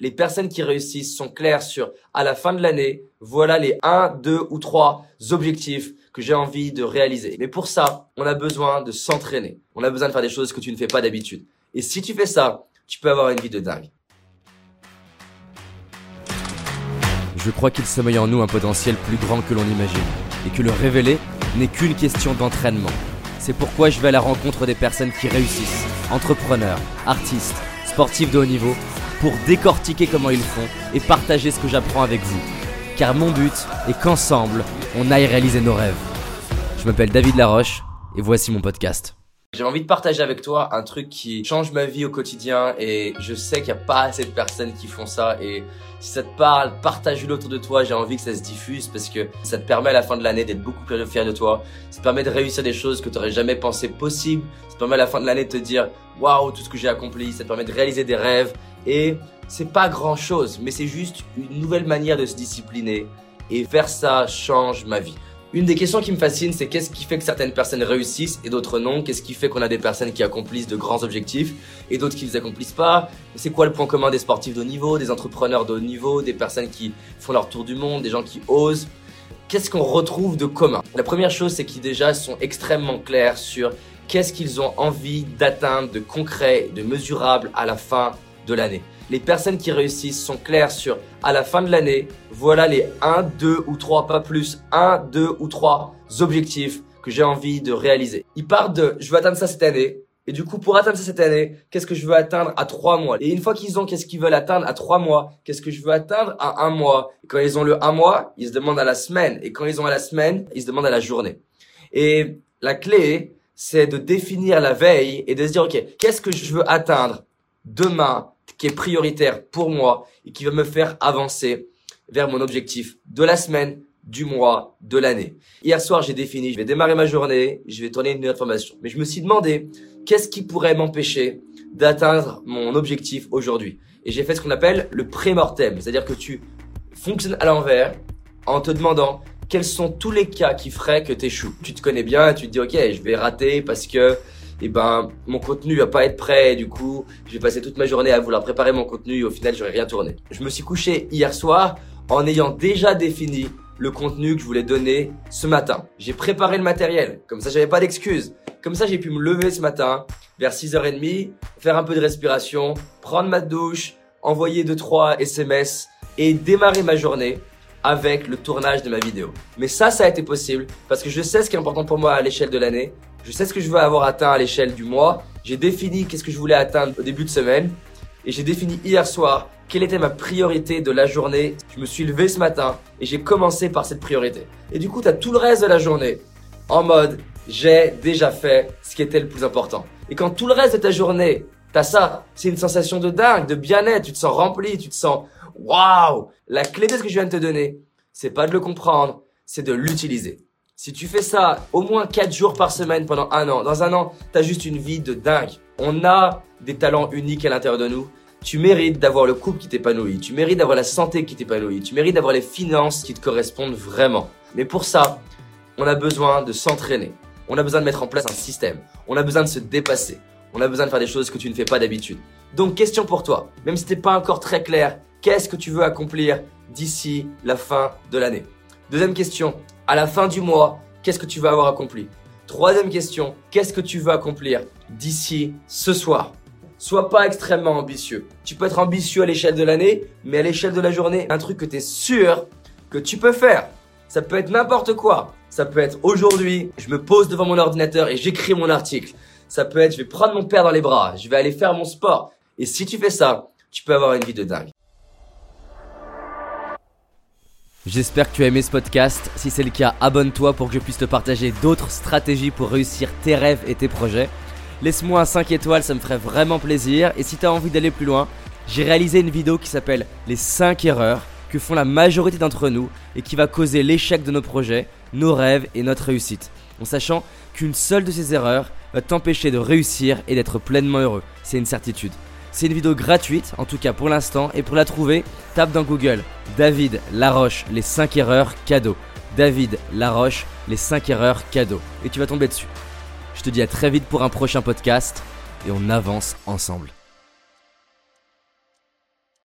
Les personnes qui réussissent sont claires sur, à la fin de l'année, voilà les 1, 2 ou 3 objectifs que j'ai envie de réaliser. Mais pour ça, on a besoin de s'entraîner. On a besoin de faire des choses que tu ne fais pas d'habitude. Et si tu fais ça, tu peux avoir une vie de dingue. Je crois qu'il sommeille en nous un potentiel plus grand que l'on imagine et que le révéler n'est qu'une question d'entraînement. C'est pourquoi je vais à la rencontre des personnes qui réussissent, entrepreneurs, artistes, sportifs de haut niveau, pour décortiquer comment ils font et partager ce que j'apprends avec vous. Car mon but est qu'ensemble, on aille réaliser nos rêves. Je m'appelle David Laroche et voici mon podcast. J'ai envie de partager avec toi un truc qui change ma vie au quotidien et je sais qu'il n'y a pas assez de personnes qui font ça et si ça te parle, partage-le autour de toi, j'ai envie que ça se diffuse parce que ça te permet à la fin de l'année d'être beaucoup plus fier de toi, ça te permet de réussir des choses que tu n'aurais jamais pensé possibles, ça te permet à la fin de l'année de te dire waouh, tout ce que j'ai accompli, ça te permet de réaliser des rêves et c'est pas grand chose mais c'est juste une nouvelle manière de se discipliner et faire ça change ma vie. Une des questions qui me fascine, c'est qu'est-ce qui fait que certaines personnes réussissent et d'autres non? Qu'est-ce qui fait qu'on a des personnes qui accomplissent de grands objectifs et d'autres qui ne les accomplissent pas? C'est quoi le point commun des sportifs de haut niveau, des entrepreneurs de haut niveau, des personnes qui font leur tour du monde, des gens qui osent? Qu'est-ce qu'on retrouve de commun? La première chose, c'est qu'ils déjà sont extrêmement clairs sur qu'est-ce qu'ils ont envie d'atteindre de concret, de mesurable à la fin de l'année. Les personnes qui réussissent sont claires sur, à la fin de l'année, voilà les 1, 2 ou 3, pas plus, 1, 2 ou 3 objectifs que j'ai envie de réaliser. Ils partent de, je veux atteindre ça cette année. Et du coup, pour atteindre ça cette année, qu'est-ce que je veux atteindre à 3 mois? Et une fois qu'ils ont qu'est-ce qu'ils veulent atteindre à 3 mois, qu'est-ce que je veux atteindre à 1 mois? Et quand ils ont le 1 mois, ils se demandent à la semaine. Et quand ils ont à la semaine, ils se demandent à la journée. Et la clé, c'est de définir la veille et de se dire, ok, qu'est-ce que je veux atteindre demain qui est prioritaire pour moi et qui va me faire avancer vers mon objectif de la semaine, du mois, de l'année. Hier soir, j'ai défini, je vais démarrer ma journée, je vais tourner une nouvelle formation. Mais je me suis demandé, qu'est-ce qui pourrait m'empêcher d'atteindre mon objectif aujourd'hui? Et j'ai fait ce qu'on appelle le pré-mortem, c'est-à-dire que tu fonctionnes à l'envers en te demandant quels sont tous les cas qui feraient que tu échoues. Tu te connais bien, tu te dis ok, je vais rater parce que mon contenu va pas être prêt et du coup, je vais passer toute ma journée à vouloir préparer mon contenu et au final, j'aurai rien tourné. Je me suis couché hier soir en ayant déjà défini le contenu que je voulais donner ce matin. J'ai préparé le matériel, comme ça j'avais pas d'excuses. Comme ça, j'ai pu me lever ce matin vers 6h30, faire un peu de respiration, prendre ma douche, envoyer 2-3 SMS et démarrer ma journée avec le tournage de ma vidéo. Mais ça a été possible parce que je sais ce qui est important pour moi à l'échelle de l'année. Je sais ce que je veux avoir atteint à l'échelle du mois. J'ai défini qu'est-ce que je voulais atteindre au début de semaine. Et j'ai défini hier soir quelle était ma priorité de la journée. Je me suis levé ce matin et j'ai commencé par cette priorité. Et du coup, tu as tout le reste de la journée en mode j'ai déjà fait ce qui était le plus important. Et quand tout le reste de ta journée, t'as ça, c'est une sensation de dingue, de bien-être. Tu te sens rempli, tu te sens waouh. La clé de ce que je viens de te donner, c'est pas de le comprendre, c'est de l'utiliser. Si tu fais ça au moins 4 jours par semaine pendant 1 an, dans 1 an, tu as juste une vie de dingue. On a des talents uniques à l'intérieur de nous. Tu mérites d'avoir le couple qui t'épanouit. Tu mérites d'avoir la santé qui t'épanouit. Tu mérites d'avoir les finances qui te correspondent vraiment. Mais pour ça, on a besoin de s'entraîner. On a besoin de mettre en place un système. On a besoin de se dépasser. On a besoin de faire des choses que tu ne fais pas d'habitude. Donc, question pour toi. Même si t'es pas encore très clair, qu'est-ce que tu veux accomplir d'ici la fin de l'année? Deuxième question. À la fin du mois, qu'est-ce que tu vas avoir accompli? Troisième question, qu'est-ce que tu veux accomplir d'ici ce soir? Sois pas extrêmement ambitieux. Tu peux être ambitieux à l'échelle de l'année, mais à l'échelle de la journée, un truc que tu es sûr que tu peux faire. Ça peut être n'importe quoi. Ça peut être aujourd'hui, je me pose devant mon ordinateur et j'écris mon article. Ça peut être, je vais prendre mon père dans les bras, je vais aller faire mon sport. Et si tu fais ça, tu peux avoir une vie de dingue. J'espère que tu as aimé ce podcast. Si c'est le cas, abonne-toi pour que je puisse te partager d'autres stratégies pour réussir tes rêves et tes projets. Laisse-moi un 5 étoiles, ça me ferait vraiment plaisir. Et si tu as envie d'aller plus loin, j'ai réalisé une vidéo qui s'appelle les 5 erreurs que font la majorité d'entre nous et qui va causer l'échec de nos projets, nos rêves et notre réussite. En sachant qu'une seule de ces erreurs va t'empêcher de réussir et d'être pleinement heureux. C'est une certitude. C'est une vidéo gratuite, en tout cas pour l'instant, et pour la trouver, tape dans Google David Laroche, les 5 erreurs cadeaux. David Laroche, les 5 erreurs cadeaux. Et tu vas tomber dessus. Je te dis à très vite pour un prochain podcast, et on avance ensemble.